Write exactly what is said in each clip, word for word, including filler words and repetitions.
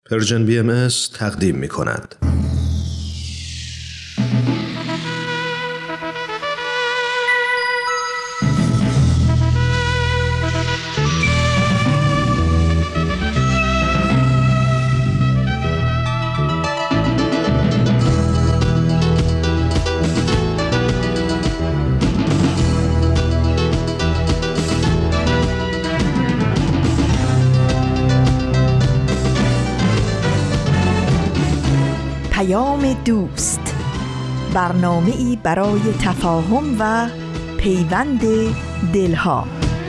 پرژن بی ام اس تقدیم می کند. دوست، برنامه‌ای برای تفاهم و پیوند دلها.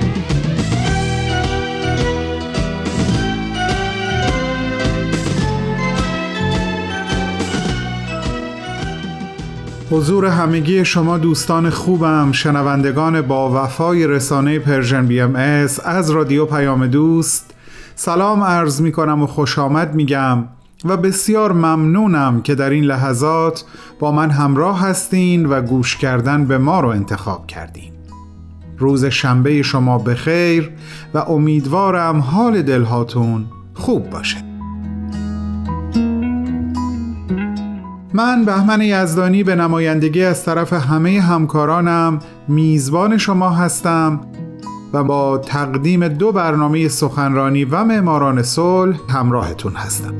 حضور همگی شما دوستان خوبم، شنوندگان با وفای رسانه پرژن بی ام اس از رادیو پیام دوست سلام عرض می کنم و خوش آمد میگم و بسیار ممنونم که در این لحظات با من همراه هستین و گوش کردن به ما رو انتخاب کردین. روز شنبه شما بخیر و امیدوارم حال دلهاتون خوب باشه. من بهمن یزدانی به نمایندگی از طرف همه همکارانم میزبان شما هستم و با تقدیم دو برنامه سخنرانی و معماران صلح همراهتون هستم.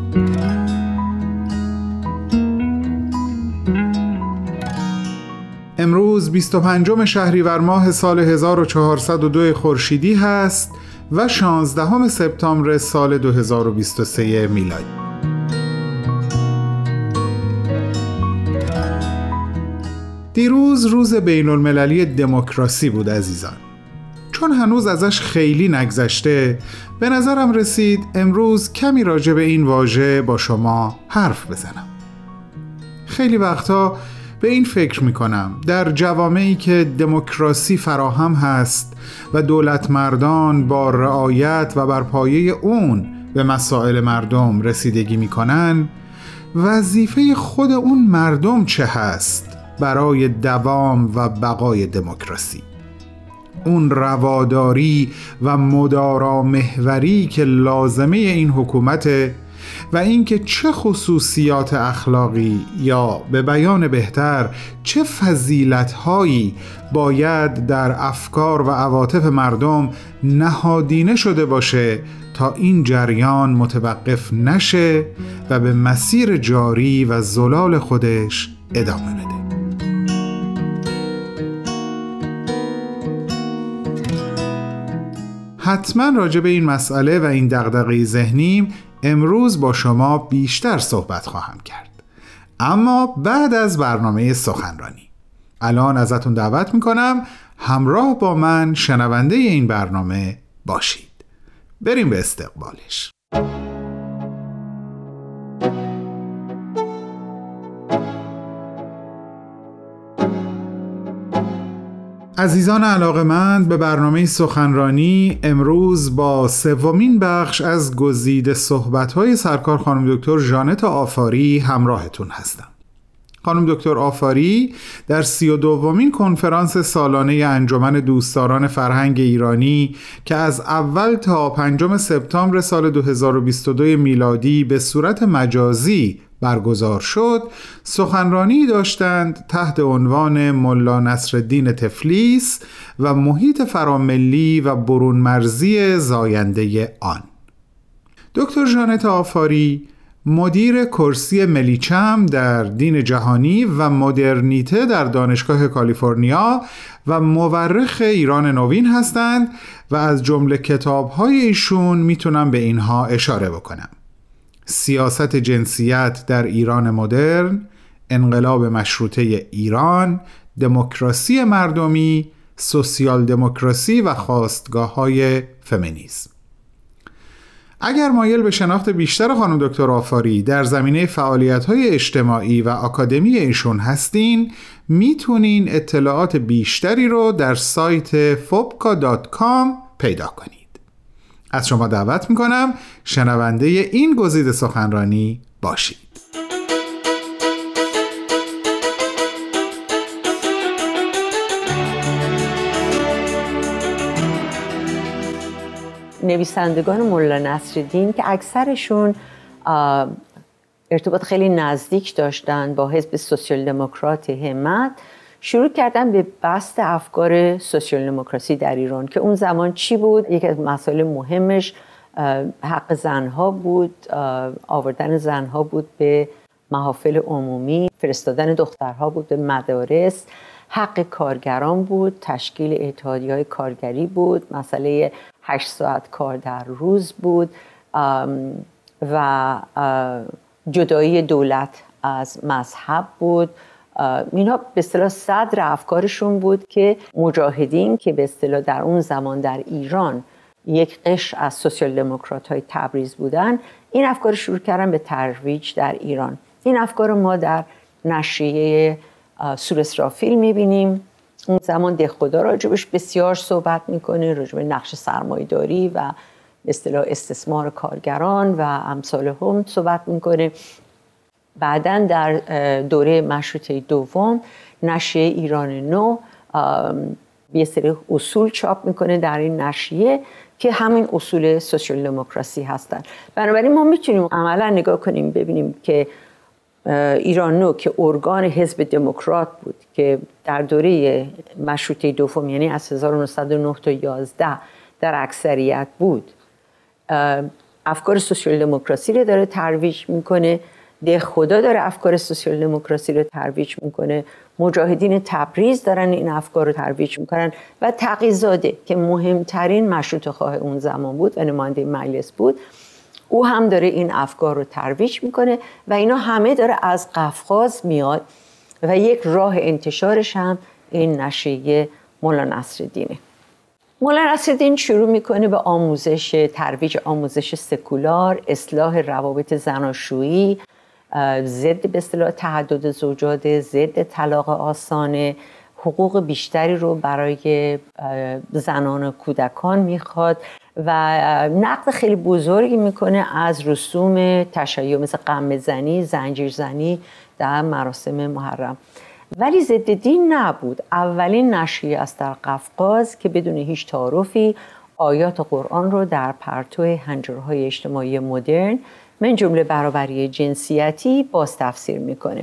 امروز بیست و پنجم شهریور ماه سال هزار و چهارصد و دو خورشیدی هست و شانزدهم سپتامبر سال دو هزار و بیست و سه میلادی. دیروز روز بین المللی دموکراسی بود عزیزان. چون هنوز ازش خیلی نگذشته، به نظرم رسید امروز کمی راجع به این واژه با شما حرف بزنم. خیلی وقتا به این فکر میکنم در جوامعی که دموکراسی فراهم هست و دولت مردان با رعایت و بر پایه اون به مسائل مردم رسیدگی میکنن، وظیفه خود اون مردم چه هست برای دوام و بقای دموکراسی؟ اون رواداری و مدارا محوری که لازمه این حکومته و اینکه چه خصوصیات اخلاقی یا به بیان بهتر چه فضیلت‌هایی باید در افکار و عواطف مردم نهادینه شده باشه تا این جریان متوقف نشه و به مسیر جاری و زلال خودش ادامه بده. حتما راجع به این مسئله و این دغدغه ذهنیم امروز با شما بیشتر صحبت خواهم کرد، اما بعد از برنامه سخنرانی. الان ازتون دعوت میکنم همراه با من شنونده این برنامه باشید. بریم به استقبالش. عزیزان علاقه‌مند به برنامه سخنرانی، امروز با سومین بخش از گزیده صحبت‌های سرکار خانم دکتر ژانت آفاری همراهتون هستم. خانم دکتر آفاری در سی و دومین کنفرانس سالانه انجمن دوستداران فرهنگ ایرانی که از اول تا پنجم سپتامبر سال دو هزار و بیست و دو میلادی به صورت مجازی برگزار شد، سخنرانی داشتند تحت عنوان ملا نصرالدین تفلیس و محیط فراملی و برون مرزی زاینده آن. دکتر ژانت آفاری مدیر کرسی ملیچم در دین جهانی و مدرنیته در دانشگاه کالیفرنیا و مورخ ایران نوین هستند و از جمله کتاب‌های ایشون میتونم به اینها اشاره بکنم: سیاست جنسیت در ایران مدرن، انقلاب مشروطه ایران، دموکراسی مردمی، سوسیال دموکراسی و خاستگاه‌های فمینیسم. اگر مایل به شناخت بیشتر خانم دکتر آفاری در زمینه فعالیت‌های اجتماعی و آکادمی ایشون هستین، میتونین اطلاعات بیشتری رو در سایت فوبکا دات کام پیدا کنید. از شما دعوت میکنم شنونده این گزیده سخنرانی باشید. نویسندگان ملا نصرالدین که اکثرشون ارتباط خیلی نزدیک داشتن با حزب سوسیال دموکرات همت، شروع کردن به بسط افکار سوسیال دموکراسی در ایران که اون زمان چی بود؟ یکی از مسائل مهمش حق زنها بود، آوردن زنها بود به محافل عمومی، فرستادن دخترها بود به مدارس، حق کارگران بود، تشکیل اتحادیه‌های کارگری بود، مسئله هشت ساعت کار در روز بود و جدایی دولت از مذهب بود. اینا به اصطلاح صدر افکارشون بود که مجاهدین که به اصطلاح در اون زمان در ایران یک قشر از سوسیال دموکرات های تبریز بودن، این افکار شروع کردن به ترویج در ایران. این افکار ما در نشریه سور اسرافیل میبینیم. اون زمان دهخدا راجبش بسیار صحبت میکنه، راجب نقش سرمایه‌داری و اصطلاح استثمار کارگران و امثال هم صحبت میکنه. بعداً در دوره مشروطه دوم نشریه ایران نو یه سری اصول چاپ میکنه در این نشریه که همین اصول سوسیال دموکراسی هستن. بنابراین ما میتونیم عملا نگاه کنیم ببینیم که ایران نو که ارگان حزب دموکرات بود که در دوره مشروطه دوم یعنی از هزار و نهصد و نه تا یازده در اکثریت بود، افکار سوسیال دموکراسی رو داره ترویج میکنه. دهخدا داره افکار سوسیال دموکراسی رو ترویج میکنه. مجاهدین تبریز دارن این افکار رو ترویج میکنن و تقی‌زاده که مهمترین مشروطه خواه اون زمان بود و نماینده مجلس بود، او هم داره این افکار رو ترویج میکنه و اینا همه داره از قفقاز میاد و یک راه انتشارش هم این نشریه مولا نصرالدینه. مولا نصرالدین شروع میکنه به آموزش، ترویج آموزش سکولار، اصلاح روابط زناشویی، ضد به اصطلاح تعدد زوجات، ضد طلاق آسانه، حقوق بیشتری رو برای زنان و کودکان میخواد و نقد خیلی بزرگی میکنه از رسوم تشیع مثل قمه زنی، زنجیر زنی در مراسم محرم. ولی ضد دین نبود. اولین نشریه است در قفقاز که بدون هیچ تعارفی آیات قرآن رو در پرتو هنجارهای اجتماعی مدرن من جمله برابری جنسیتی باز تفسیر میکنه.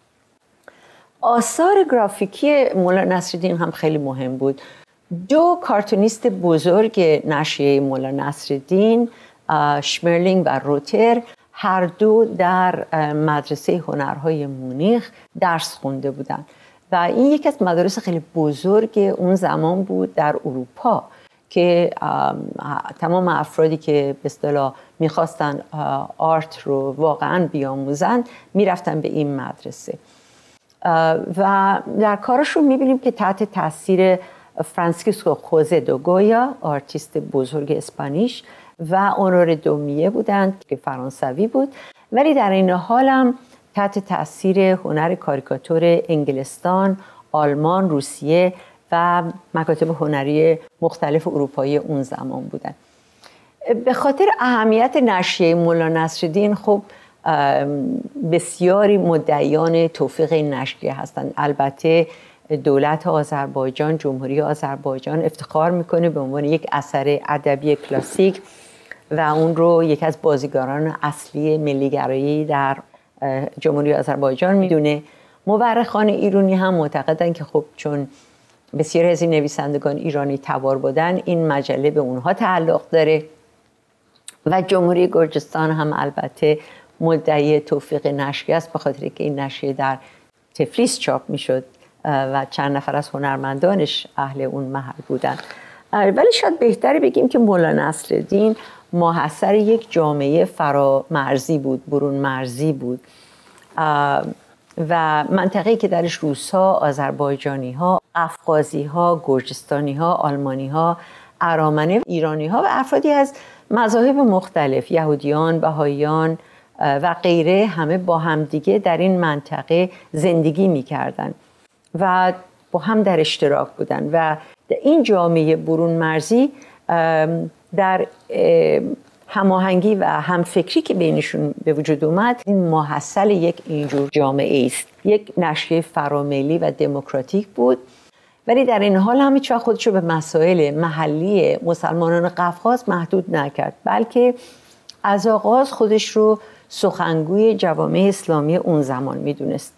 آثار گرافیکی مولا نصرالدین هم خیلی مهم بود. دو کارتونیست بزرگ نشریه مولا نصرالدین، شمرلینگ و روتر، هر دو در مدرسه هنرهای مونیخ درس خونده بودند و این یکی از مدارس خیلی بزرگ اون زمان بود در اروپا که تمام افرادی که به اصطلاح میخواستن آرت رو واقعا بیاموزن میرفتن به این مدرسه و در کارشون میبینیم که تحت تاثیر فرانسیسکو خوزه دو گویا، آرتیست بزرگ اسپانیش، و اونور دومیه بودند که فرانسوی بود، ولی در این حال هم تحت تاثیر هنر کاریکاتور انگلستان، آلمان، روسیه و مکاتب هنری مختلف اروپایی اون زمان بودند. به خاطر اهمیت نشریه مولا نصرالدین خب بسیاری مدعیان توفیق این نشریه هستند. البته دولت آذربایجان، جمهوری آذربایجان افتخار میکنه به عنوان یک اثر ادبی کلاسیک و اون رو یکی از بازیگران اصلی ملیگرایی در جمهوری آذربایجان میدونه. مورخان ایرانی هم معتقدن که خب چون بسیاری از این نویسندگان ایرانی تبار بودن این مجله به اونها تعلق داره و جمهوری گرجستان هم البته مدعی توفیق نشریه است به خاطر که این نشریه در تفلیس چاپ میشد و چند نفر از هنرمندانش اهل اون محل بودن. ولی شاید بهتری بگیم که مولا نصرالدین محصر یک جامعه فرامرزی بود، برون مرزی بود و منطقه‌ای که درش روس‌ها، آذربایجانی‌ها، افغازی‌ها، گرجستانی‌ها، آلمانی‌ها، ارامنه، ایرانی‌ها و افرادی از مذاهب مختلف، یهودیان، بهائیان و غیره همه با همدیگه در این منطقه زندگی می‌کردند و با هم در اشتراک بودن و این جامعه برون مرزی در هماهنگی و همفکری که بینشون به وجود اومد این محصل یک اینجور جامعه است. یک نشریه فراملی و دموکراتیک بود ولی در این حال هم هیچ وقت خودش رو به مسائل محلی مسلمانان قفقاز محدود نکرد، بلکه از آغاز خودش رو سخنگوی جوامع اسلامی اون زمان میدونست.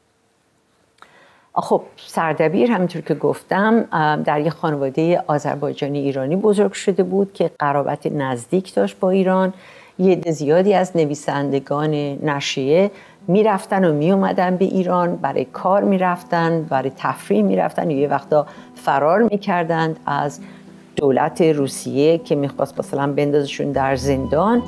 خب سردبیر همونطور که گفتم در یک خانواده آذربایجانی ایرانی بزرگ شده بود که قرابت نزدیک داشت با ایران. یه عده زیادی از نویسندگان نشریه میرفتن و میومدن به ایران، برای کار میرفتن، برای تفریح میرفتن، یه وقتا فرار میکردند از دولت روسیه که میخواست مثلا بندازشون در زندان.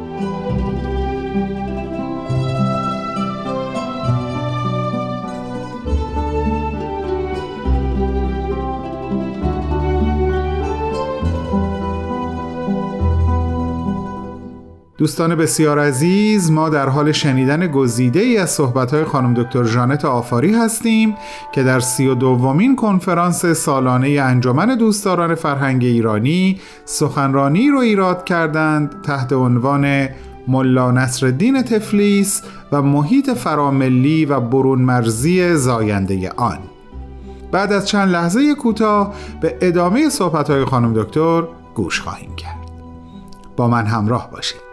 دوستان بسیار عزیز، ما در حال شنیدن گزیده ای از صحبت‌های خانم دکتر ژانت آفاری هستیم که در سی و دومین کنفرانس سالانه انجمن دوستداران فرهنگ ایرانی سخنرانی رو ایراد کردند تحت عنوان ملا نصرالدین تفلیس و محیط فراملی و برون مرزی زاینده آن. بعد از چند لحظه کوتاه به ادامه صحبت‌های خانم دکتر گوش خواهیم کرد. با من همراه باشید.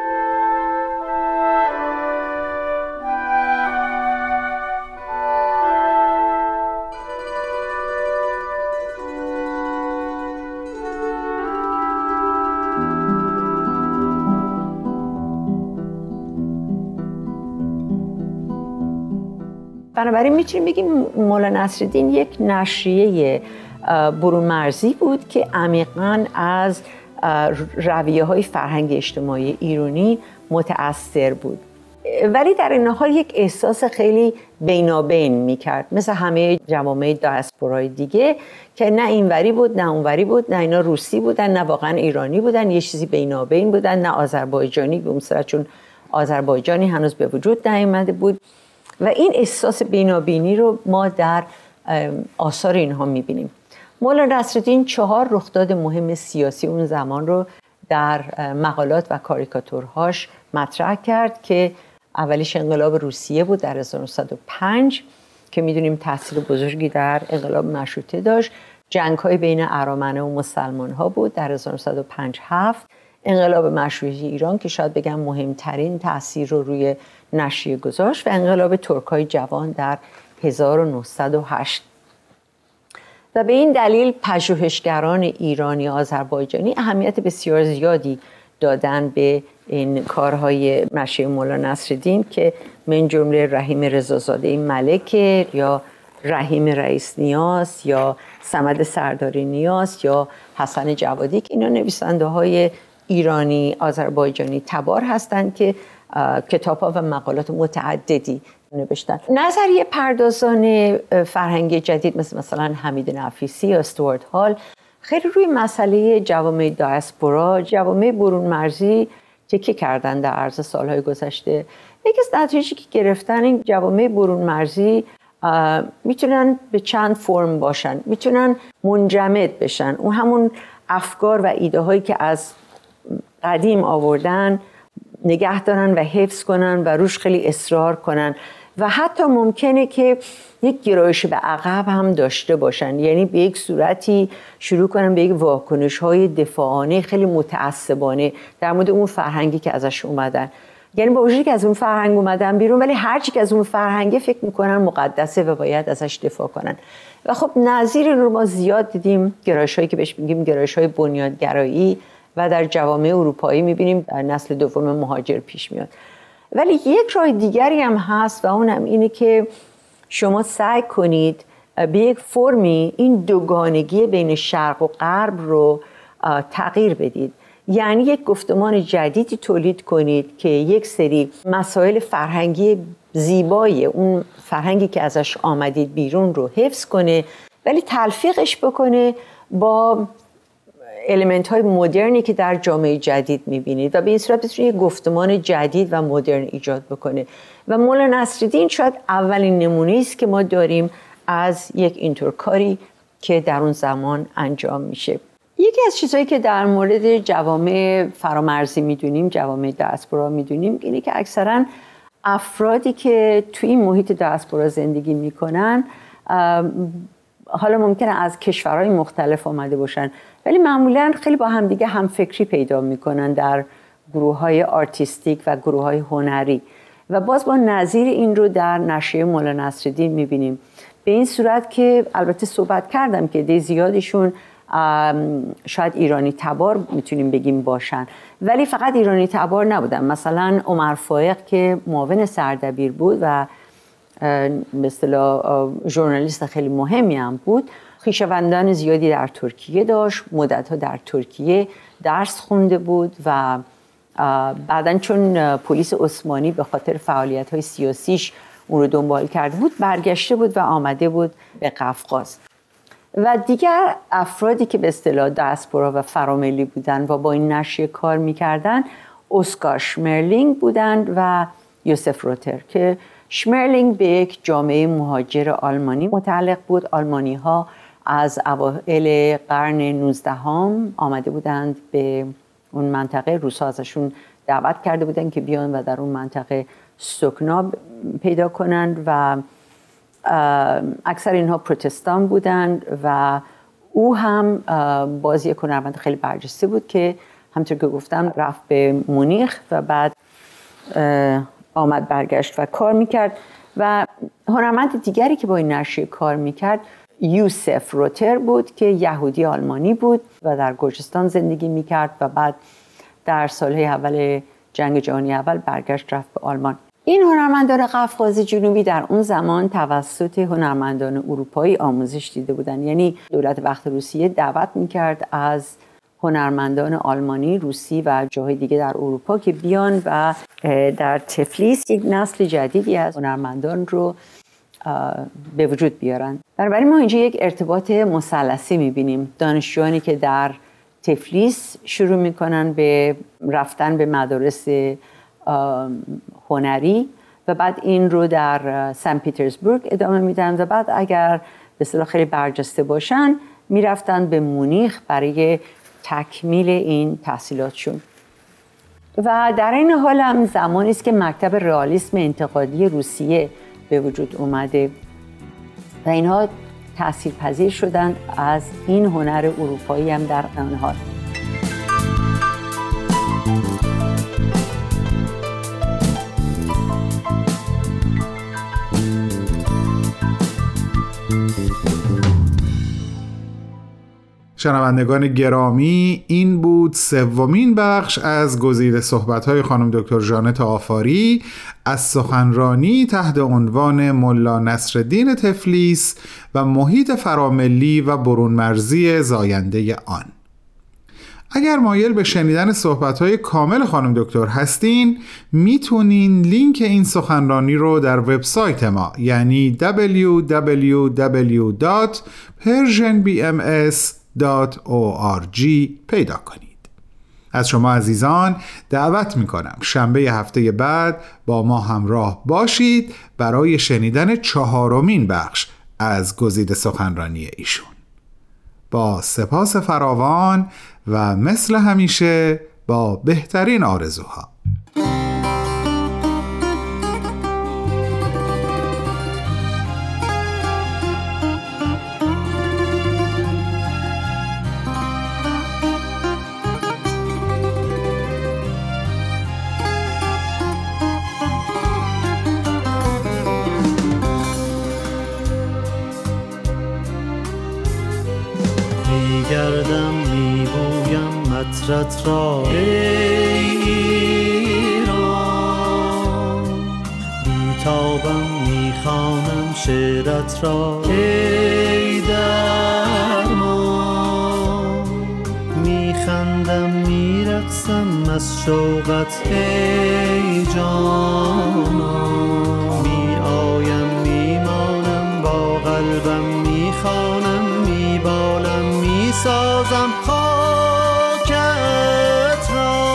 بنابراین میتونیم بگیم مولا نصرالدین یک نشریه برون مرزی بود که عمیقاً از رویه های فرهنگ اجتماعی ایرانی متأثر بود، ولی در این حال یک احساس خیلی بینابین میکرد، مثل همه جوامع دیاسپورای دیگه که نه اینوری بود نه اونوری بود، نه اینا روسی بودن نه واقعا ایرانی بودن، یه چیزی بینابین بودن، نه آذربایجانی به اون صورت، چون آذربایجانی هنوز به وجود نیامده بود. و این احساس بینابینی رو ما در آثار اینها میبینیم. مولا نصرالدین چهار رخداد مهم سیاسی اون زمان رو در مقالات و کاریکاتورهاش مطرح کرد که اولیش انقلاب روسیه بود در هزار و نهصد و پنج که میدونیم تاثیر بزرگی در انقلاب مشروطه داشت. جنگ‌های بین ارامنه و مسلمان‌ها بود در هزار و نهصد و پنج هفت. انقلاب مشروطه ایران که شاید بگم مهمترین تاثیر رو روی نشریه گذاشت و انقلاب ترکای جوان در هزار و نهصد و هشت. و به این دلیل پژوهشگران ایرانی آذربایجانی اهمیت بسیار زیادی دادن به این کارهای نشریه مولا نصرالدین که من جمله رحیم رضازاده ملک یا رحیم رئیس نیاز یا صمد سرداری نیاز یا حسن جوادی که اینا نویسنده های ایرانی آذربایجانی تبار هستند که کتاب‌ها و مقالات متعددی نوشتن. نظریه پردازان فرهنگ جدید مثل مثلا حمید نفیسی یا استوارت هال خیلی روی مسئله جوامع دیاسپورا، جوامع برون مرزی تکیه کردن در عرض سالهای گذشته. یکی از نتایجی که گرفتن این جوامع برون مرزی میتونن به چند فرم باشن، میتونن منجمد بشن، اون همون افکار و ایده هایی که از قدیم آوردن نگه دارن و حفظ کنن و روش خیلی اصرار کنن و حتی ممکنه که یک گرایش به عقب هم داشته باشن، یعنی به یک صورتی شروع کنن به یک واکنش های دفاعانه خیلی متعصبانه در مورد اون فرهنگی که ازش اومدن. یعنی با وجودی که از اون فرهنگ اومدن بیرون ولی هر چی که از اون فرهنگه فکر میکنن مقدسه و باید ازش دفاع کنن. و خب نظیر رو ما زیاد دیدیم، گرایش‌هایی که بهش میگیم گرایش‌های بنیادگرایی و در جوامع اروپایی میبینیم در نسل دوم مهاجر پیش میاد. ولی یک راه دیگری هم هست و اونم اینه که شما سعی کنید به یک فرمی این دوگانگی بین شرق و غرب رو تغییر بدید. یعنی یک گفتمان جدیدی تولید کنید که یک سری مسائل فرهنگی زیبای اون فرهنگی که ازش آمدید بیرون رو حفظ کنه ولی تلفیقش بکنه با الیمنت های مدرنی که در جامعه جدید میبینید و به این صورت بتونه یک گفتمان جدید و مدرن ایجاد بکنه. و مولا نصرالدین شاید اولین نمونه است که ما داریم از یک اینطور کاری که در اون زمان انجام میشه. یکی از چیزهایی که در مورد جوامع فرامرزی میدونیم، جوامع دیاسپورا میدونیم، اینه که اکثرا افرادی که توی این محیط دیاسپورا زندگی میکنن حالا ممکنه از کشورهای مختلف آمده باشن ولی معمولا خیلی با همدیگه همفکری پیدا میکنن در گروه‌های آرتیستیک و گروه‌های هنری. و باز با نظیر این رو در نشریه مولا نصرالدین می‌بینیم، به این صورت که البته صحبت کردم که ده زیادشون شاید ایرانی تبار میتونیم بگیم باشن، ولی فقط ایرانی تبار نبودن. مثلا عمر فایق که معاون سردبیر بود و به اصطلاح ژورنالیست خیلی مهمی هم بود، خویشاوندان زیادی در ترکیه داشت، مدت‌ها در ترکیه درس خونده بود و بعداً چون پلیس عثمانی به خاطر فعالیت‌های سیاسیش اون رو دنبال کرده بود، برگشته بود و آمده بود به قفقاز. و دیگر افرادی که به اصطلاح دیاسپورا و فراملی بودن و با این نشریه کار می‌کردن، اسکار شمرلینگ بودند و یوسف روتر که شمرلینگ به یک جامعه مهاجر آلمانی متعلق بود. آلمانی‌ها از اوایل قرن نوزدهم آمده بودند به اون منطقه، روس‌ها ازشون دعوت کرده بودند که بیان و در اون منطقه سکنا پیدا کنند و اکثر اینها پروتستان بودند و او هم باز یک هنرمند خیلی برجسته بود که همطور که گفتم رفت به مونیخ و بعد آمد برگشت و کار میکرد. و هنرمند دیگری که با این نشریه کار میکرد یوسف روتر بود که یهودی آلمانی بود و در گرجستان زندگی میکرد و بعد در سالهای اول جنگ جهانی اول برگشت رفت به آلمان. این هنرمندان قفقاز جنوبی در اون زمان توسط هنرمندان اروپایی آموزش دیده بودند، یعنی دولت وقت روسیه دعوت میکرد از هنرمندان آلمانی، روسی و جاهای دیگه در اروپا که بیان و در تفلیس یک نسل جدیدی از هنرمندان رو به وجود بیارن. بنابراین ما اینجا یک ارتباط مثلثی میبینیم. دانشجویانی که در تفلیس شروع میکنن به رفتن به مدارس هنری و بعد این رو در سن پیترزبورگ ادامه میدن و بعد اگر به اصطلاح خیلی برجسته باشن میرفتن به مونیخ برای تکمیل این تحصیلاتشون. و در این حال هم زمانی است که مکتب رئالیسم انتقادی روسیه به وجود اومده و اینها تاثیرپذیر شدند از این هنر اروپایی هم در آن حال. شنوندگان گرامی، این بود سومین بخش از گزیده صحبت‌های خانم دکتر ژانت آفاری از سخنرانی تحت عنوان ملا نصرالدین تفلیس و محیط فراملی و برون مرزی زاینده آن. اگر مایل به شنیدن صحبت‌های کامل خانم دکتر هستین، میتونین لینک این سخنرانی رو در وبسایت ما یعنی دبلیو دبلیو دبلیو دات پرژن بی ام اس دات او آر جی پیدا کنید. از شما عزیزان دعوت میکنم شنبه هفته بعد با ما همراه باشید برای شنیدن چهارمین بخش از گزیده سخنرانی ایشون. با سپاس فراوان و مثل همیشه با بهترین آرزوها. میگردم میبویم مطرت را ای ایران، بیتابم میخوانم شعرت را ای درمان، میخندم میرقصم از شوقت ای جانان، میآیم میمانم با قلبم میخوانم میبالم میسازم خاکت را.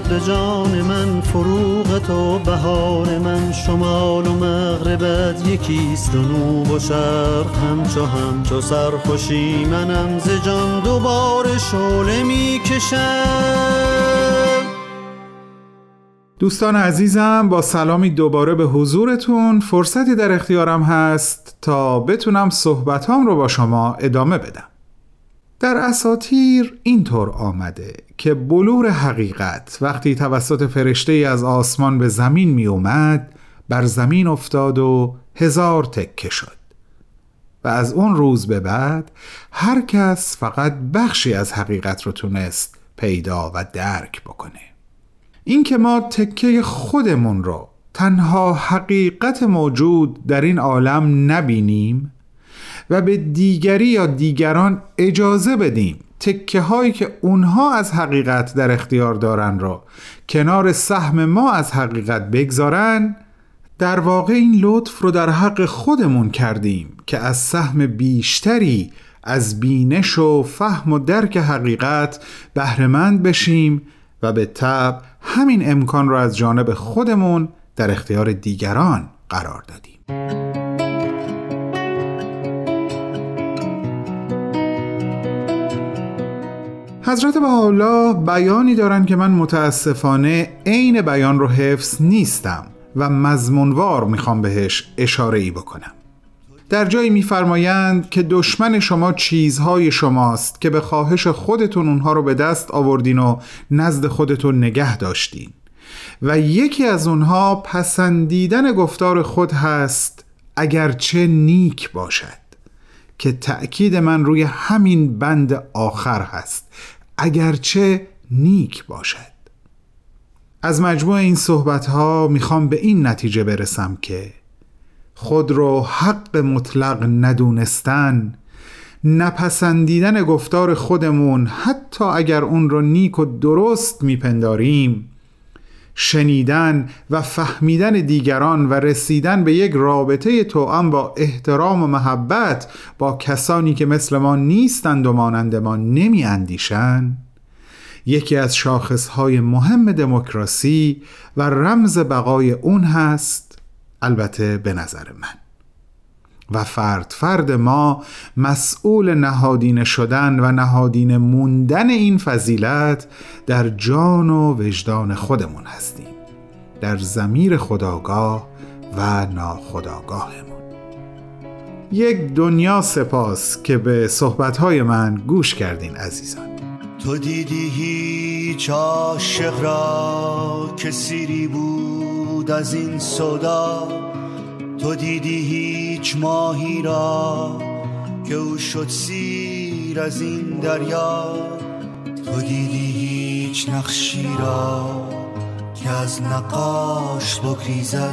به جان من، فروغ تو بهار من، شمال و مغربت یکیست و نو و شرق همچو همچو سرخوشی منم ز جان دوباره شعله می کشم. دوستان عزیزم، با سلامی دوباره به حضورتون، فرصتی در اختیارم هست تا بتونم صحبتام رو با شما ادامه بدم. در اساطیر اینطور آمده که بلور حقیقت وقتی توسط فرشته‌ای از آسمان به زمین می اومد، بر زمین افتاد و هزار تکه شد و از اون روز به بعد هر کس فقط بخشی از حقیقت رو تونست پیدا و درک بکنه. این که ما تکه خودمون رو، تنها حقیقت موجود در این عالم نبینیم و به دیگری یا دیگران اجازه بدیم تکه هایی که اونها از حقیقت در اختیار دارن رو کنار سهم ما از حقیقت بگذارن، در واقع این لطف رو در حق خودمون کردیم که از سهم بیشتری از بینش و فهم و درک حقیقت بهره‌مند بشیم و به طبع همین امکان رو از جانب خودمون در اختیار دیگران قرار دادیم. حضرت بهاءالله بیانی دارن که من متاسفانه عین بیان رو حفظ نیستم و مضمونوار میخوام بهش اشاره ای بکنم. در جایی میفرمایند که دشمن شما چیزهای شماست که به خواهش خودتون اونها رو به دست آوردین و نزد خودتون نگه داشتین و یکی از اونها پسندیدن گفتار خود هست اگرچه نیک باشد، که تأکید من روی همین بند آخر هست، اگرچه نیک باشد. از مجموع این صحبت‌ها میخوام به این نتیجه برسم که خود رو حق مطلق ندونستن، نپسندیدن گفتار خودمون حتی اگر اون رو نیک و درست میپنداریم، شنیدن و فهمیدن دیگران و رسیدن به یک رابطه توأم با احترام و محبت با کسانی که مثل ما نیستند و مانند ما نمی اندیشن، یکی از شاخصهای مهم دموکراسی و رمز بقای اون هست، البته به نظر من. و فرد فرد ما مسئول نهادینه شدن و نهادینه موندن این فضیلت در جان و وجدان خودمون هستیم، در ضمیر خودآگاه و ناخودآگاهمون. یک دنیا سپاس که به صحبتهای من گوش کردین عزیزان. تو دیدی هیچ عاشق را که سیری بود از این سودا، تو دیدی هیچ ماهی را که او شد سیر از این دریا، تو دیدی هیچ نقشی را که از نقاش بگریزد،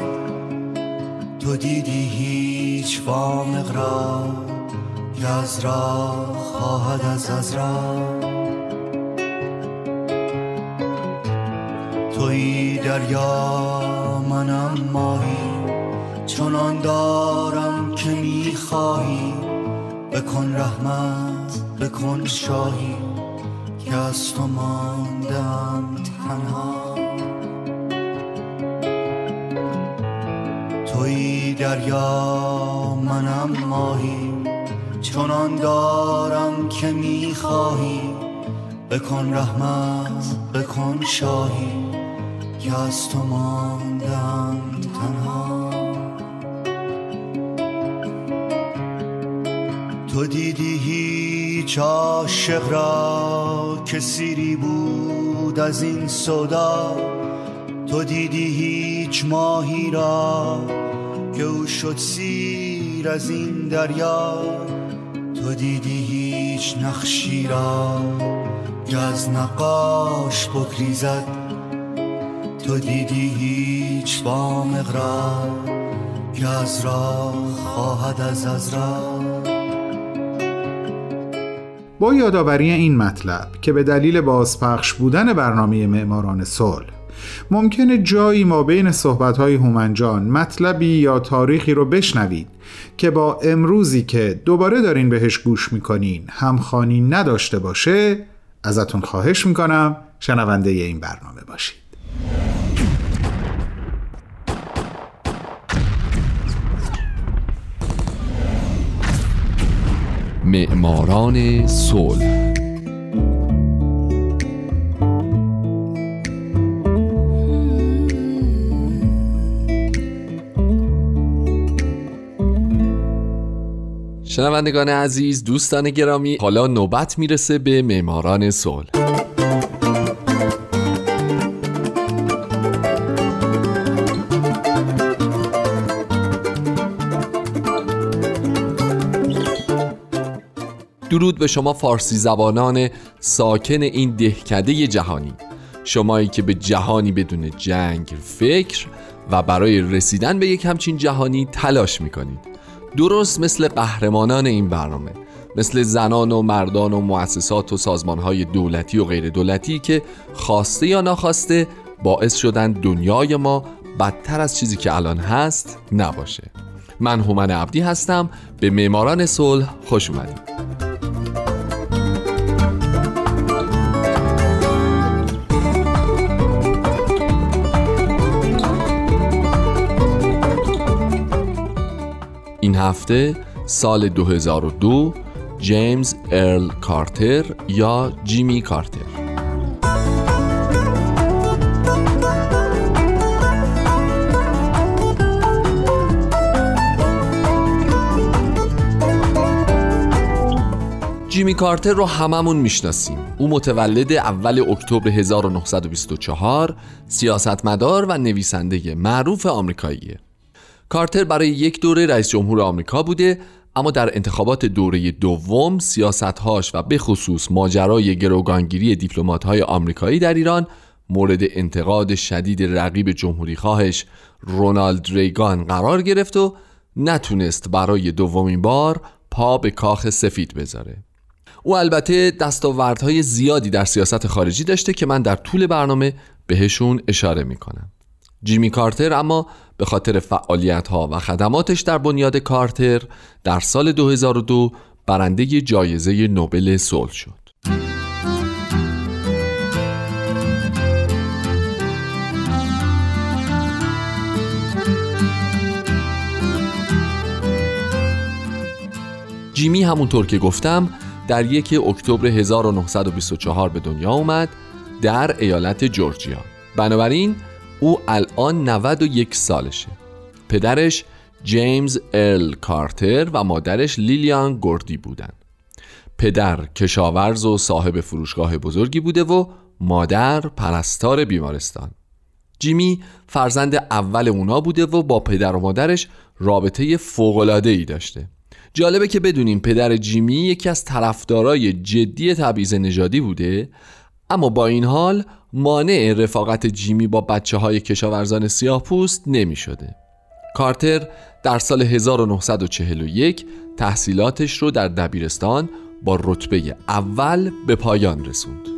تو دیدی هیچ وامق را که از راه خواهد از از راه، تویی دریا منم ماهی، چنان دارم که میخواهی، بکن رحمت بکن شاهی که از تو ماندم تنها، تویی دریا منم ماهی، چنان دارم که میخواهی، بکن رحمت بکن شاهی که از تو ماندم تنها. تو دیدی هیچ عاشق را که سیری بود از این سودا، تو دیدی هیچ ماهی را که او شد سیر از این دریا، تو دیدی هیچ نقشی را که از نقاش بگریزد، تو دیدی هیچ وامق را که از راه خواهد از از راه. با یادآوری این مطلب که به دلیل بازپخش بودن برنامه معماران صلح ممکنه جایی ما بین صحبت‌های هومن جان مطلبی یا تاریخی رو بشنوید که با امروزی که دوباره دارین بهش گوش میکنین همخوانی نداشته باشه، ازتون خواهش میکنم شنونده این برنامه باشید. معماران صلح. شنوندگان عزیز، دوستان گرامی، حالا نوبت میرسه به معماران صلح. درود به شما فارسی زبانان ساکن این دهکده جهانی، شمایی که به جهانی بدون جنگ فکر و برای رسیدن به یک همچین جهانی تلاش میکنید. درست مثل قهرمانان این برنامه، مثل زنان و مردان و مؤسسات و سازمانهای دولتی و غیر دولتی که خواسته یا ناخواسته باعث شدن دنیای ما بدتر از چیزی که الان هست نباشه. من هومن عبدی هستم، به معماران صلح خوش اومدید. این هفته سال دو هزار و دو، جیمز ارل کارتر یا جیمی کارتر. جیمی کارتر رو هممون میشناسیم. او متولد اول اکتبر هزار و نهصد و بیست و چهار، سیاستمدار و نویسنده معروف آمریکاییه. کارتر برای یک دوره رئیس جمهور آمریکا بوده، اما در انتخابات دوره دوم سیاست‌هاش و به خصوص ماجرای گروگانگیری دیپلمات‌های آمریکایی در ایران مورد انتقاد شدید رقیب جمهوری‌خواهش رونالد ریگان قرار گرفت و نتونست برای دومین بار پا به کاخ سفید بذاره. او البته دستاوردهای زیادی در سیاست خارجی داشته که من در طول برنامه بهشون اشاره میکنم. جیمی کارتر اما به خاطر فعالیت‌ها و خدماتش در بنیاد کارتر در سال دو هزار و دو برنده جایزه نوبل صلح شد. جیمی همونطور که گفتم در یک اکتبر هزار و نهصد و بیست و چهار به دنیا اومد در ایالت جورجیا. بنابراین او الان نود و یک سالشه. پدرش جیمز ارل کارتر و مادرش لیلیان گوردی بودن. پدر کشاورز و صاحب فروشگاه بزرگی بوده و مادر پرستار بیمارستان. جیمی فرزند اول اونا بوده و با پدر و مادرش رابطه فوق‌العاده‌ای داشته. جالبه که بدونیم پدر جیمی یکی از طرفدارای جدی تبعیض نژادی بوده، اما با این حال مانع رفاقت جیمی با بچه های کشاورزان سیاه‌پوست نمی شده. کارتر در سال هزار و نهصد و چهل و یک تحصیلاتش رو در دبیرستان با رتبه اول به پایان رسوند.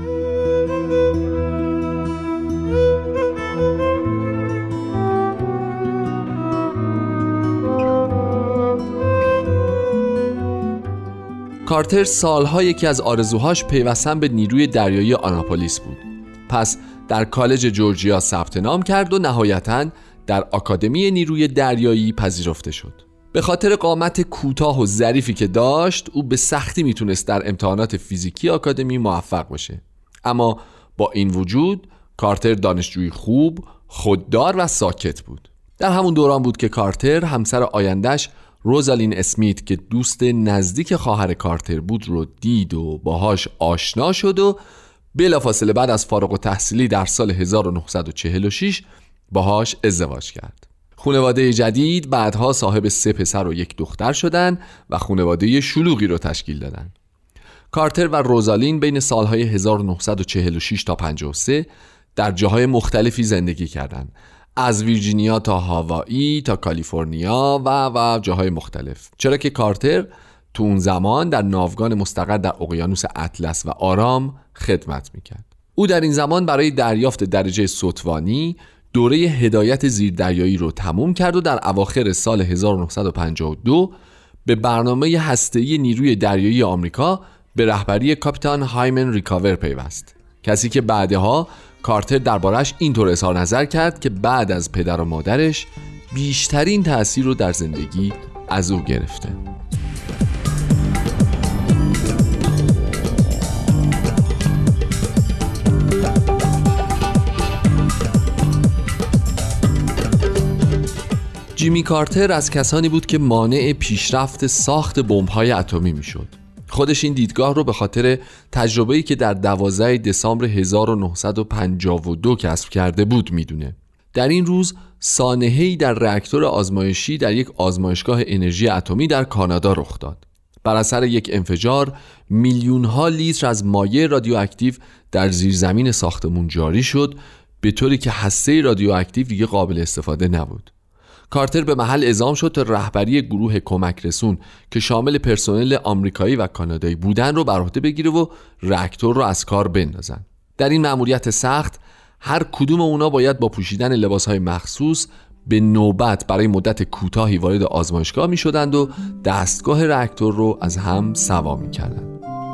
کارتر سالها یکی از آرزوهاش پیوستن به نیروی دریایی آناپولیس بود. پس در کالج جورجیا ثبت نام کرد و نهایتاً در آکادمی نیروی دریایی پذیرفته شد. به خاطر قامت کوتاه و ظریفی که داشت، او به سختی میتونست در امتحانات فیزیکی آکادمی موفق بشه. اما با این وجود کارتر دانشجوی خوب، خوددار و ساکت بود. در همون دوران بود که کارتر همسر آینده‌اش روزالین اسمیت که دوست نزدیک خواهر کارتر بود رو دید و باهاش آشنا شد و بلافاصله بعد از فارغ التحصیلی در سال هزار و نهصد و چهل و شش باهاش ازدواج کرد. خانواده جدید بعدها صاحب سه پسر و یک دختر شدن و خانواده شلوغی رو تشکیل دادن. کارتر و روزالین بین سالهای هزار و نهصد و چهل و شش تا پنجاه و سه در جاهای مختلفی زندگی کردند، از ویرجینیا تا هاوایی تا کالیفرنیا و و جاهای مختلف، چرا که کارتر تو اون زمان در ناوگان مستقر در اقیانوس اطلس و آرام خدمت میکرد. او در این زمان برای دریافت درجه ستوانی دوره هدایت زیردریایی رو تموم کرد و در اواخر سال هزار و نهصد و پنجاه و دو به برنامه هسته‌ای نیروی دریایی آمریکا به رهبری کاپیتان هایمن ریکاور پیوست، کسی که بعدها کارتر دربارش اینطور اظهار نظر کرد که بعد از پدر و مادرش بیشترین تأثیر رو در زندگی از او گرفته. جیمی کارتر از کسانی بود که مانع پیشرفت ساخت بمب‌های اتمی میشد. خودش این دیدگاه رو به خاطر تجربه‌ای که در دوازدهم دسامبر هزار و نهصد و پنجاه و دو کسب کرده بود میدونه. در این روز سانحه‌ای در راکتور آزمایشی در یک آزمایشگاه انرژی اتمی در کانادا رخ داد. بر اثر یک انفجار میلیون‌ها لیتر از مایع رادیواکتیو در زیرزمین ساختمون جاری شد، به طوری که هسته رادیواکتیو دیگه قابل استفاده نبود. کارتر به محل اعزام شد تا رهبری گروه کمک رسون که شامل پرسنل آمریکایی و کانادایی بودن رو بر عهده بگیره و راکتور رو از کار بندازن. در این مأموریت سخت هر کدوم اونا باید با پوشیدن لباسهای مخصوص به نوبت برای مدت کوتاهی وارد آزمایشگاه می شدند و دستگاه راکتور رو از هم سوا می کردند.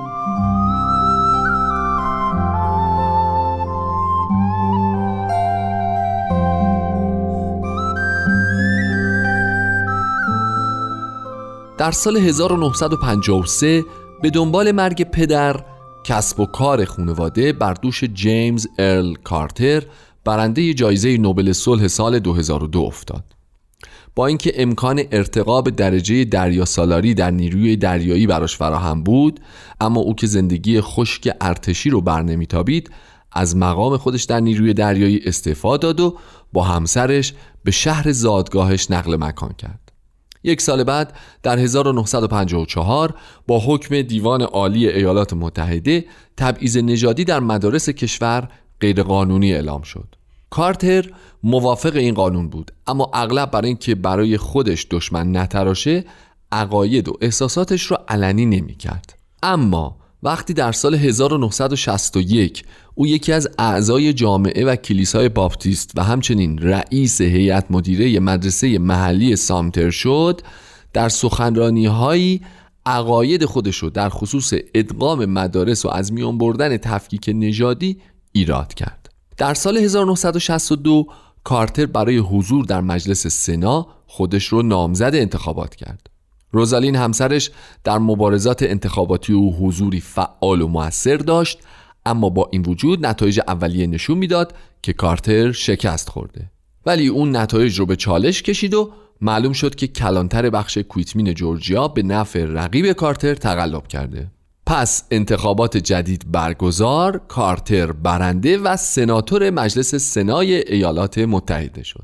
در سال هزار و نهصد و پنجاه و سه به دنبال مرگ پدر، کسب و کار خانواده بر دوش جیمز ارل کارتر، برنده جایزه نوبل صلح سال دو هزار و دو افتاد. با اینکه امکان ارتقا به درجه دریا سالاری در نیروی دریایی براش فراهم بود، اما او که زندگی خشک ارتشی رو برنمیتابید، از مقام خودش در نیروی دریایی استعفا داد و با همسرش به شهر زادگاهش نقل مکان کرد. یک سال بعد در هزار و نهصد و پنجاه و چهار با حکم دیوان عالی ایالات متحده تبعیض نژادی در مدارس کشور غیرقانونی اعلام شد. کارتر موافق این قانون بود، اما اغلب برای اینکه برای خودش دشمن نتراشه عقاید و احساساتش رو علنی نمی کرد. اما وقتی در سال هزار و نهصد و شصت و یک او یکی از اعضای جامعه و کلیسای باپتیست و همچنین رئیس هیئت مدیره مدرسه محلی سامتر شد، در سخنرانی‌هایی عقاید خودش رو در خصوص ادغام مدارس و از میان بردن تفکیک نژادی ایراد کرد. در سال هزار و نهصد و شصت و دو کارتر برای حضور در مجلس سنا خودش رو نامزد انتخابات کرد. روزالین همسرش در مبارزات انتخاباتی او حضوری فعال و مؤثر داشت، اما با این وجود نتایج اولیه نشون میداد که کارتر شکست خورده. ولی اون نتایج رو به چالش کشید و معلوم شد که کلانتر بخش کویتمین جورجیا به نفع رقیب کارتر تقلب کرده. پس انتخابات جدید برگزار، کارتر برنده و سناتور مجلس سنای ایالات متحده شد.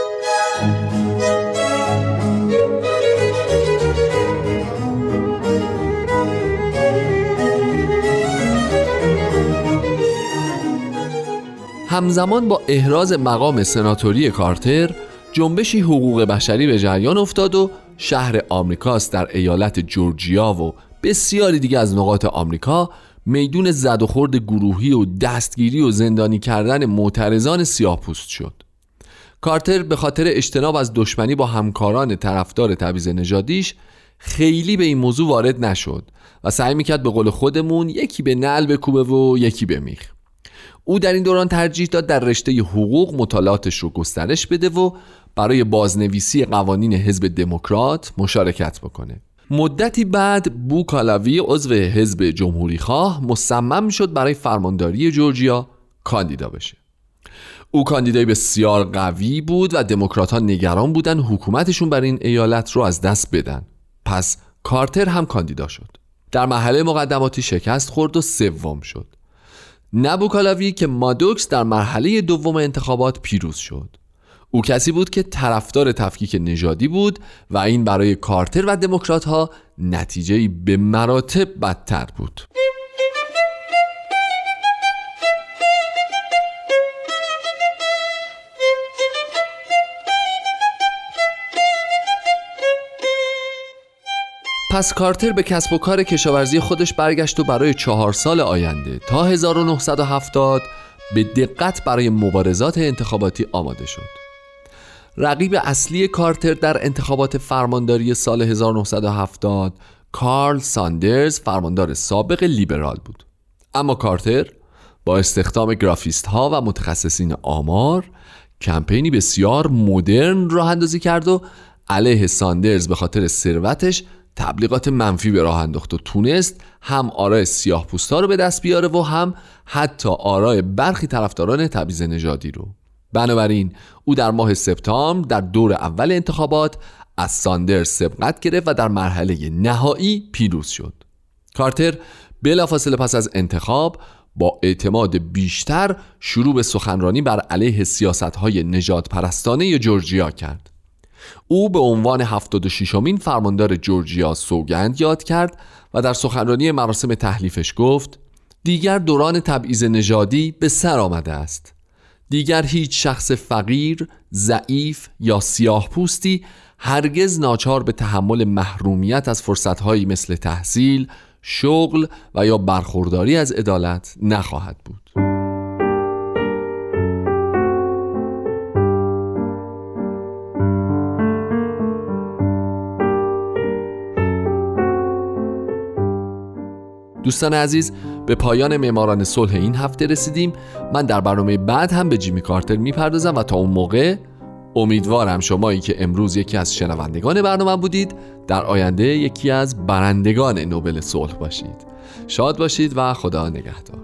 همزمان با احراز مقام سناتوری کارتر، جنبشی حقوق بشری به جریان افتاد و شهر آمریکاست در ایالت جورجیا و بسیاری دیگه از نقاط آمریکا میدون زد و خورد گروهی و دستگیری و زندانی کردن معترضان سیاه‌پوست شد. کارتر به خاطر اجتناب از دشمنی با همکاران طرفدار تبعیض نژادیش خیلی به این موضوع وارد نشد و سعی میکرد به قول خودمون یکی به نعل بکوبه و یکی به میخ. او در این دوران ترجیح داد در رشته حقوق مطالعاتش رو گسترش بده و برای بازنویسی قوانین حزب دموکرات مشارکت بکنه. مدتی بعد بو کالاوی عضو حزب جمهوری خواه مصمم شد برای فرمانداری جورجیا کاندیدا بشه. او کاندیدای بسیار قوی بود و دموکرات‌ها نگران بودن حکومتشون بر این ایالت رو از دست بدن. پس کارتر هم کاندیدا شد. در مرحله مقدماتی شکست خورد و سوم شد. نبوکالاوی که مادوکس در مرحله دوم انتخابات پیروز شد. او کسی بود که طرفدار تفکیک نژادی بود و این برای کارتر و دموکرات‌ها نتیجه‌ای به مراتب بدتر بود. پس کارتر به کسب و کار کشاورزی خودش برگشت و برای چهار سال آینده تا هزار و نهصد و هفتاد به دقت برای مبارزات انتخاباتی آماده شد. رقیب اصلی کارتر در انتخابات فرمانداری سال هزار و نهصد و هفتاد کارل ساندرز، فرماندار سابق لیبرال بود. اما کارتر با استخدام گرافیست ها و متخصصین آمار کمپینی بسیار مدرن راه اندازی کرد و علیه ساندرز به خاطر ثروتش تبلیغات منفی به راه انداخت و تونست هم آرای سیاه پوستا رو به دست بیاره و هم حتی آرای برخی طرفداران تبعیض نژادی رو. بنابراین او در ماه سپتامبر در دور اول انتخابات از ساندرز سبقت گرفت و در مرحله نهایی پیروز شد. کارتر بلافاصله پس از انتخاب با اعتماد بیشتر شروع به سخنرانی بر علیه سیاست‌های نژاد پرستانه جورجیا کرد. او به عنوان هفتاد و ششمین فرماندار جورجیا سوگند یاد کرد و در سخنرانی مراسم تحلیفش گفت: دیگر دوران تبعیض نژادی به سر آمده است. دیگر هیچ شخص فقیر، ضعیف یا سیاه پوستی هرگز ناچار به تحمل محرومیت از فرصت‌هایی مثل تحصیل، شغل و یا برخورداری از عدالت نخواهد بود. دوستان عزیز، به پایان معماران صلح این هفته رسیدیم. من در برنامه بعد هم به جیمی کارتر میپردازم و تا اون موقع امیدوارم شمایی که امروز یکی از شنوندگان برنامه بودید در آینده یکی از برندگان نوبل صلح باشید. شاد باشید و خدا نگهدار.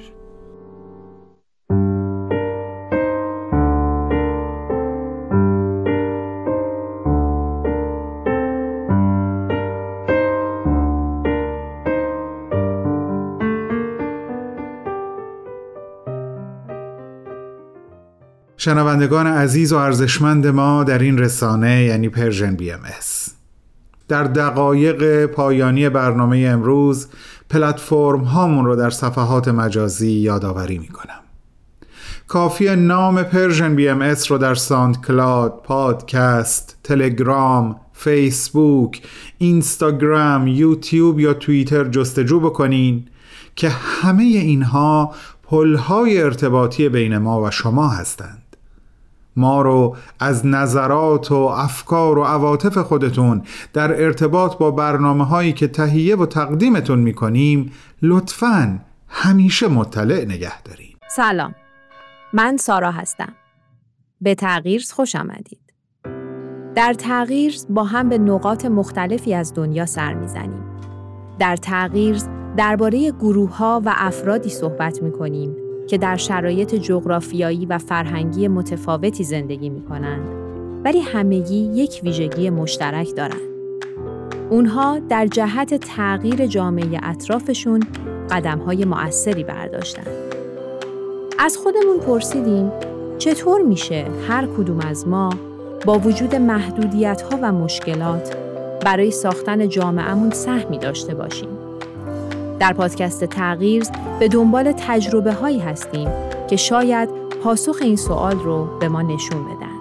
شنوندگان عزیز و ارزشمند ما در این رسانه یعنی پرژن بی ام اس، در دقایق پایانی برنامه امروز پلتفرم هامون رو در صفحات مجازی یادآوری میکنم. کافیه نام پرژن بی ام اس رو در ساوند کلاود، پادکست، تلگرام، فیسبوک، اینستاگرام، یوتیوب یا توییتر جستجو بکنین که همه اینها پل‌های ارتباطی بین ما و شما هستند. ما رو از نظرات و افکار و عواطف خودتون در ارتباط با برنامه هایی که تهیه و تقدیمتون میکنیم لطفاً همیشه مطلع نگه دارین. سلام، من سارا هستم. به تغییر خوش آمدید. در تغییر با هم به نقاط مختلفی از دنیا سر میزنیم. در تغییر درباره گروه‌ها و افرادی صحبت می‌کنیم که در شرایط جغرافیایی و فرهنگی متفاوتی زندگی می‌کنند، ولی همگی یک ویژگی مشترک دارند. اونها در جهت تغییر جامعه اطرافشون قدم‌های مؤثری برداشتند. از خودمون پرسیدیم چطور میشه هر کدوم از ما با وجود محدودیت‌ها و مشکلات برای ساختن جامعه‌مون سهمی داشته باشیم. در پادکست تغییر به دنبال تجربه هایی هستیم که شاید پاسخ این سوال رو به ما نشون بدن.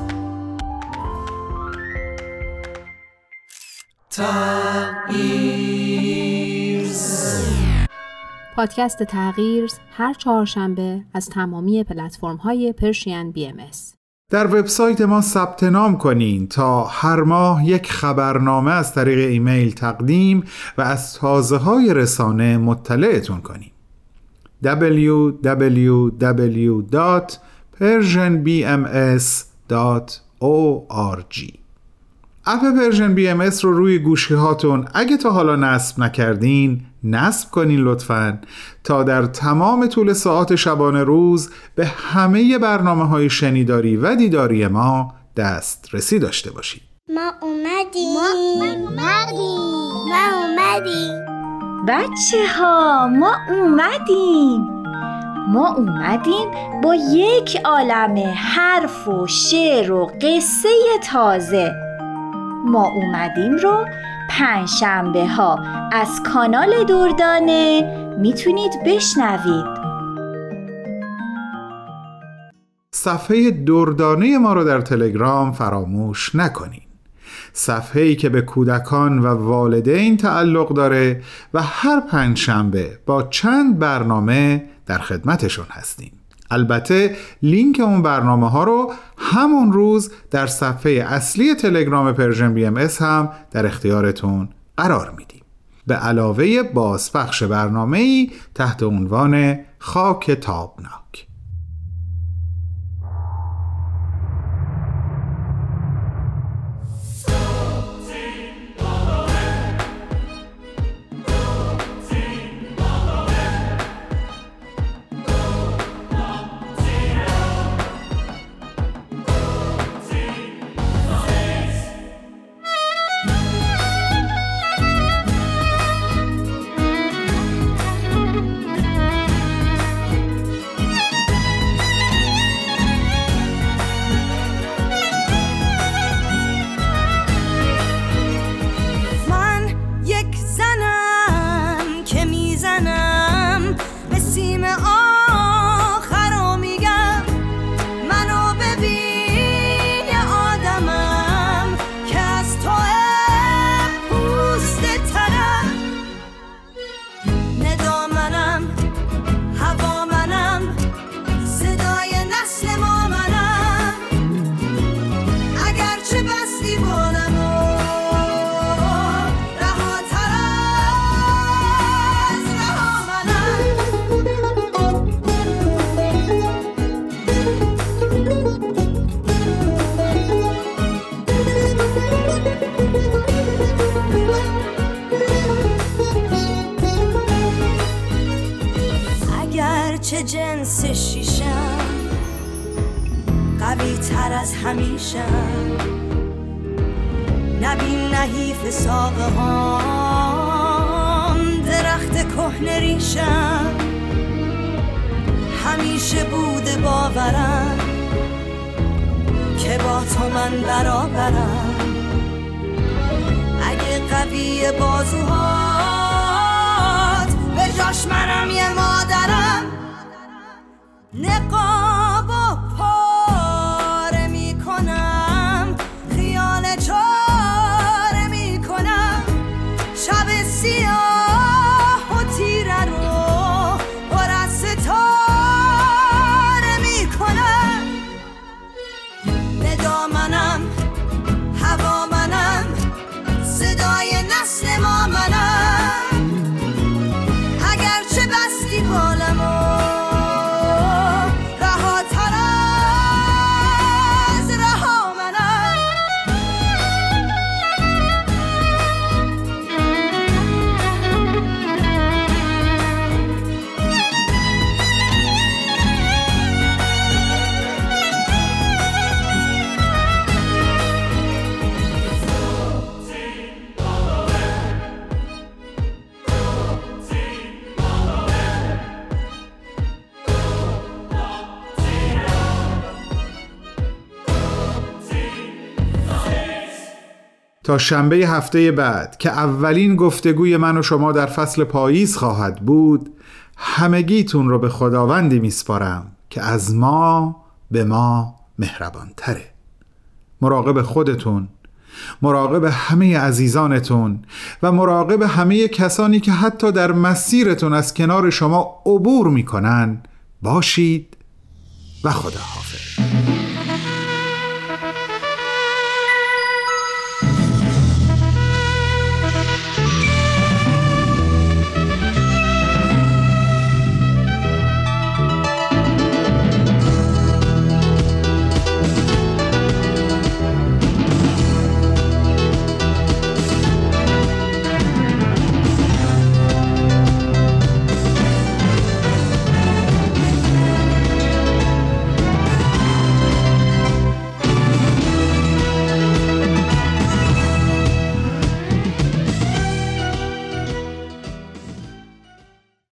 تغییر. پادکست تغییر هر چهارشنبه از تمامی پلتفرم های پرشین بی ام اس. در وبسایت ما ثبت نام کنین تا هر ماه یک خبرنامه از طریق ایمیل تقدیم و از تازه‌های رسانه مطلعتون کنیم. دبلیو دبلیو دبلیو دات پرژن بی ام اس دات او آر جی. اپ پرژن بی ام اس رو روی گوشی هاتون اگه تا حالا نصب نکردین نصب کنین لطفاً تا در تمام طول ساعات شبانه روز به همه برنامه‌های شنیداری و دیداری ما دسترسی داشته باشید. ما اومدیم ما اومدیم ما اومدیم بچه ها ما اومدیم ما اومدیم با یک عالم حرف و شعر و قصه تازه. ما اومدیم رو پنجشنبه ها از کانال دردانه میتونید بشنوید. صفحه دردانه ما رو در تلگرام فراموش نکنین. صفحه‌ای که به کودکان و والدین تعلق داره و هر پنجشنبه با چند برنامه در خدمتشون هستیم. البته لینک اون برنامه ها رو همون روز در صفحه اصلی تلگرام پرژن بی ام اس هم در اختیارتون قرار میدیم. به علاوه بازپخش برنامه‌ای تحت عنوان خاک تابناک. هرچه جنس شیشم قوی تر از همیشم، نبین نحیف ساقه هام درخت کهنه ریشم، همیشه بوده باورم که با تو من برابرم، اگه قوی بازوهات به جاش منم یه مادرم، نقاب و پاره می کنم خیال چاره می کنم، شب سیاه و تیره رو پر از ستاره می کنم، ندا منم هوا منم صدای نسل ما منم، اگرچه بستی بالمو رهاتر از رها منم. تا شنبه هفته بعد که اولین گفتگوی من و شما در فصل پاییز خواهد بود، همگیتون رو به خداوندی میسپارم که از ما به ما مهربان تره. مراقب خودتون، مراقب همه عزیزانتون و مراقب همه کسانی که حتی در مسیرتون از کنار شما عبور میکنن باشید و خداحافظ.